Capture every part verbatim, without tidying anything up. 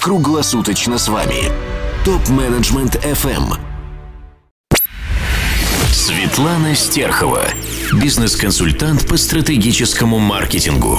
Круглосуточно с вами. Топ-менеджмент эф эм. Светлана Стерхова, бизнес-консультант по стратегическому маркетингу.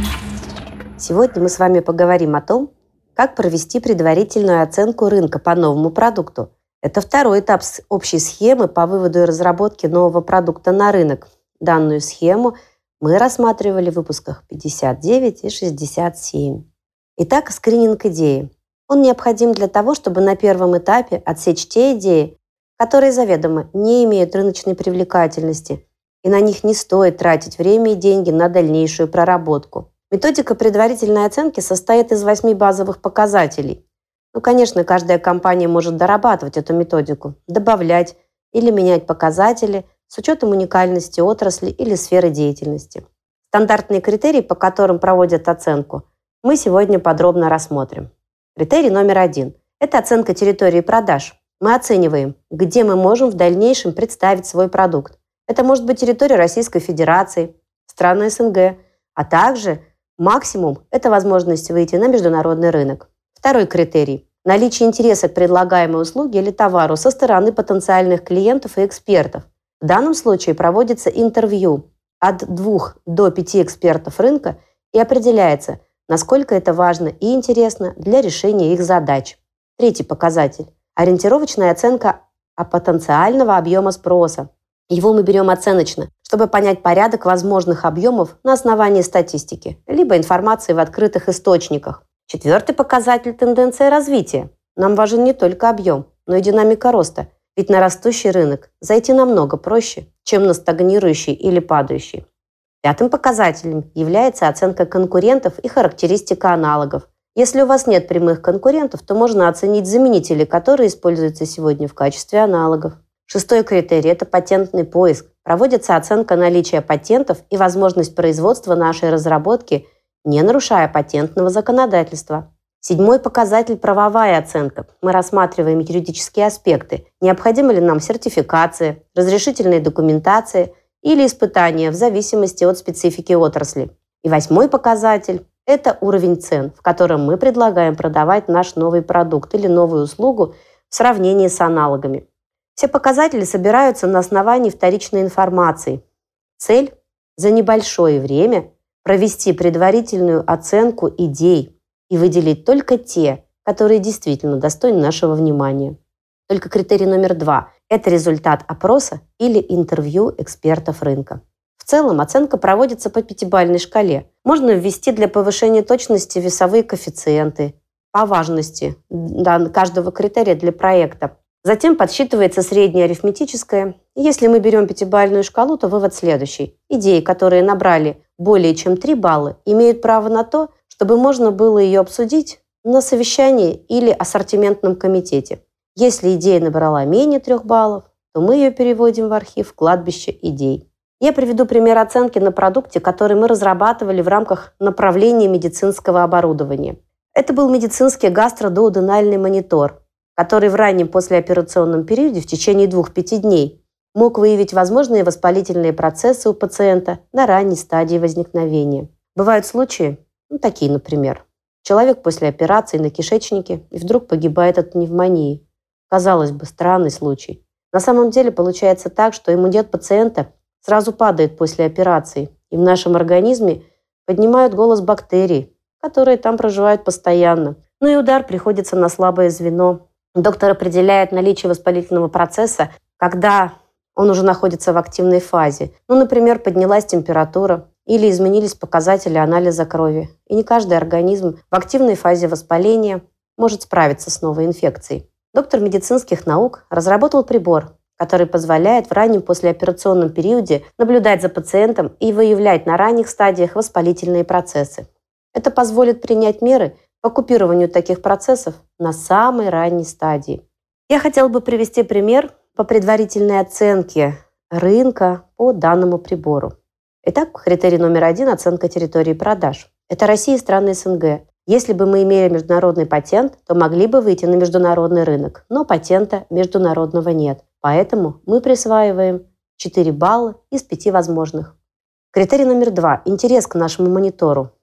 Сегодня мы с вами поговорим о том, как провести предварительную оценку рынка по новому продукту. Это второй этап общей схемы по выводу и разработке нового продукта на рынок. Данную схему мы рассматривали в выпусках пятьдесят девять и шестьдесят семь. Итак, скрининг идеи. Он необходим для того, чтобы на первом этапе отсечь те идеи, которые заведомо не имеют рыночной привлекательности, и на них не стоит тратить время и деньги на дальнейшую проработку. Методика предварительной оценки состоит из восьми базовых показателей. Ну, конечно, каждая компания может дорабатывать эту методику, добавлять или менять показатели с учетом уникальности отрасли или сферы деятельности. Стандартные критерии, по которым проводят оценку, мы сегодня подробно рассмотрим. Критерий номер один – это оценка территории продаж. Мы оцениваем, где мы можем в дальнейшем представить свой продукт. Это может быть территория Российской Федерации, страны эс эн гэ, а также максимум – это возможность выйти на международный рынок. Второй критерий – наличие интереса к предлагаемой услуге или товару со стороны потенциальных клиентов и экспертов. В данном случае проводится интервью от двух до пяти экспертов рынка и определяется, насколько это важно и интересно для решения их задач. Третий показатель – ориентировочная оценка потенциального объема спроса. Его мы берем оценочно, чтобы понять порядок возможных объемов на основании статистики, либо информации в открытых источниках. Четвертый показатель – тенденция развития. Нам важен не только объем, но и динамика роста, ведь на растущий рынок зайти намного проще, чем на стагнирующий или падающий. Пятым показателем является оценка конкурентов и характеристика аналогов. Если у вас нет прямых конкурентов, то можно оценить заменители, которые используются сегодня в качестве аналогов. Шестой критерий – это патентный поиск. Проводится оценка наличия патентов и возможность производства нашей разработки, не нарушая патентного законодательства. Седьмой показатель – правовая оценка. Мы рассматриваем юридические аспекты. Необходима ли нам сертификация, разрешительные документации или испытания в зависимости от специфики отрасли. И восьмой показатель – это уровень цен, в котором мы предлагаем продавать наш новый продукт или новую услугу в сравнении с аналогами. Все показатели собираются на основании вторичной информации. Цель – за небольшое время провести предварительную оценку идей и выделить только те, которые действительно достойны нашего внимания. Только критерий номер два – это результат опроса или интервью экспертов рынка. В целом оценка проводится по пятибалльной шкале. Можно ввести для повышения точности весовые коэффициенты по важности каждого критерия для проекта. Затем подсчитывается среднее арифметическое. Если мы берем пятибалльную шкалу, то вывод следующий. Идеи, которые набрали более чем три балла, имеют право на то, чтобы можно было ее обсудить на совещании или ассортиментном комитете. Если идея набрала менее трех баллов, то мы ее переводим в архив кладбища идей. Я приведу пример оценки на продукте, который мы разрабатывали в рамках направления медицинского оборудования. Это был медицинский гастродуоденальный монитор, который в раннем послеоперационном периоде в течение двух-пяти дней мог выявить возможные воспалительные процессы у пациента на ранней стадии возникновения. Бывают случаи, ну, такие, например, человек после операции на кишечнике и вдруг погибает от пневмонии. Казалось бы, странный случай. На самом деле получается так, что иммунитет пациента сразу падает после операции, и в нашем организме поднимают голос бактерий, которые там проживают постоянно. Ну и удар приходится на слабое звено. Доктор определяет наличие воспалительного процесса, когда он уже находится в активной фазе. Ну, например, поднялась температура или изменились показатели анализа крови. И не каждый организм в активной фазе воспаления может справиться с новой инфекцией. Доктор медицинских наук разработал прибор, который позволяет в раннем послеоперационном периоде наблюдать за пациентом и выявлять на ранних стадиях воспалительные процессы. Это позволит принять меры по купированию таких процессов на самой ранней стадии. Я хотела бы привести пример по предварительной оценке рынка по данному прибору. Итак, критерий номер один – оценка территории продаж. Это Россия и страны эс эн гэ. Если бы мы имели международный патент, то могли бы выйти на международный рынок, но патента международного нет. Поэтому мы присваиваем четыре балла из пяти возможных. Критерий номер два – интерес к нашему монитору.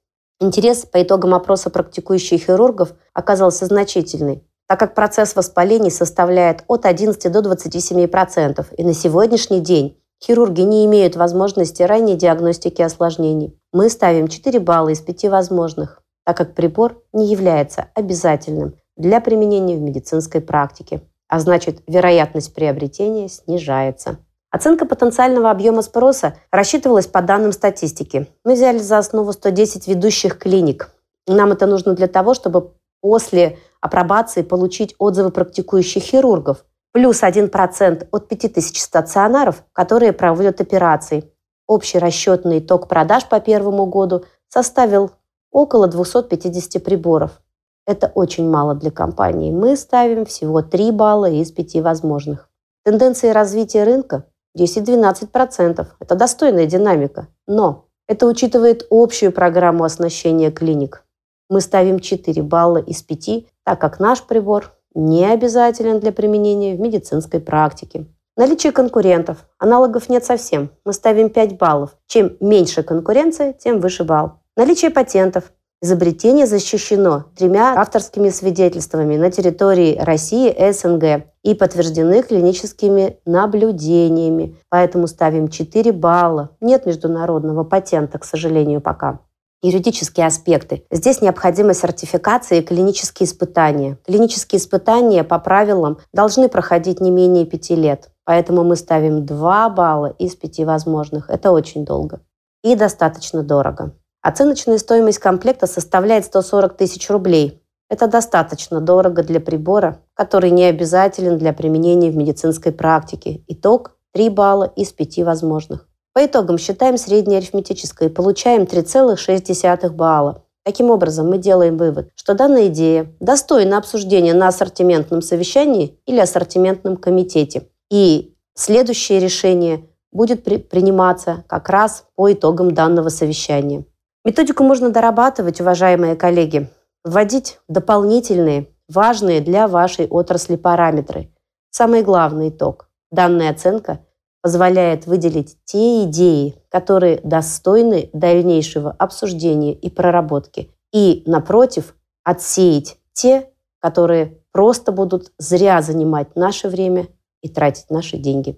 Интерес по итогам опроса практикующих хирургов оказался значительный, так как процесс воспалений составляет от одиннадцати до двадцати семи процентов, и на сегодняшний день хирурги не имеют возможности ранней диагностики осложнений. Мы ставим четыре балла из пяти возможных, так как прибор не является обязательным для применения в медицинской практике, а значит, вероятность приобретения снижается. Оценка потенциального объема спроса рассчитывалась по данным статистики. Мы взяли за основу сто десять ведущих клиник. Нам это нужно для того, чтобы после апробации получить отзывы практикующих хирургов, плюс один процент от пяти тысяч стационаров, которые проводят операции. Общий расчетный итог продаж по первому году составил около двухсот пятидесяти приборов. Это очень мало для компании. Мы ставим всего три балла из пяти возможных. Тенденции развития рынка десять-двенадцать процентов. Это достойная динамика. Но это учитывает общую программу оснащения клиник. Мы ставим четыре балла из пяти, так как наш прибор не обязателен для применения в медицинской практике. Наличие конкурентов. Аналогов нет совсем. Мы ставим пять баллов. Чем меньше конкуренция, тем выше балл. Наличие патентов. Изобретение защищено тремя авторскими свидетельствами на территории России и СНГ и подтверждены клиническими наблюдениями. Поэтому ставим четыре балла. Нет международного патента, к сожалению, пока. Юридические аспекты. Здесь необходима сертификация и клинические испытания. Клинические испытания по правилам должны проходить не менее пяти лет. Поэтому мы ставим два балла из пяти возможных. Это очень долго. И достаточно дорого. Оценочная стоимость комплекта составляет сто сорок тысяч рублей. Это достаточно дорого для прибора, который не обязателен для применения в медицинской практике. Итог – три балла из пяти возможных. По итогам считаем среднее арифметическое и получаем три целых шесть десятых балла. Таким образом, мы делаем вывод, что данная идея достойна обсуждения на ассортиментном совещании или ассортиментном комитете. И следующее решение будет при- приниматься как раз по итогам данного совещания. Методику можно дорабатывать, уважаемые коллеги, вводить дополнительные, важные для вашей отрасли параметры. Самый главный итог. Данная оценка позволяет выделить те идеи, которые достойны дальнейшего обсуждения и проработки, и, напротив, отсеять те, которые просто будут зря занимать наше время и тратить наши деньги.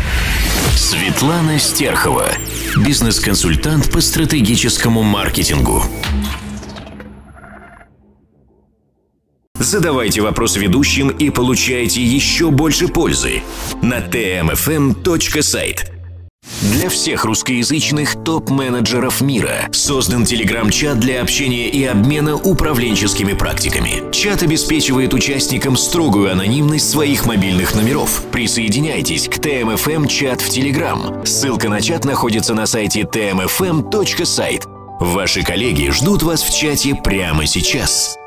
Светлана Стерхова, бизнес-консультант по стратегическому маркетингу. Задавайте вопросы ведущим и получайте еще больше пользы на ти эм эф эм точка сайт. Для всех русскоязычных топ-менеджеров мира создан телеграм-чат для общения и обмена управленческими практиками. Чат обеспечивает участникам строгую анонимность своих мобильных номеров. Присоединяйтесь к ти эм эф эм чат в Телеграм. Ссылка на чат находится на сайте ти эм эф эм точка сайт. Ваши коллеги ждут вас в чате прямо сейчас.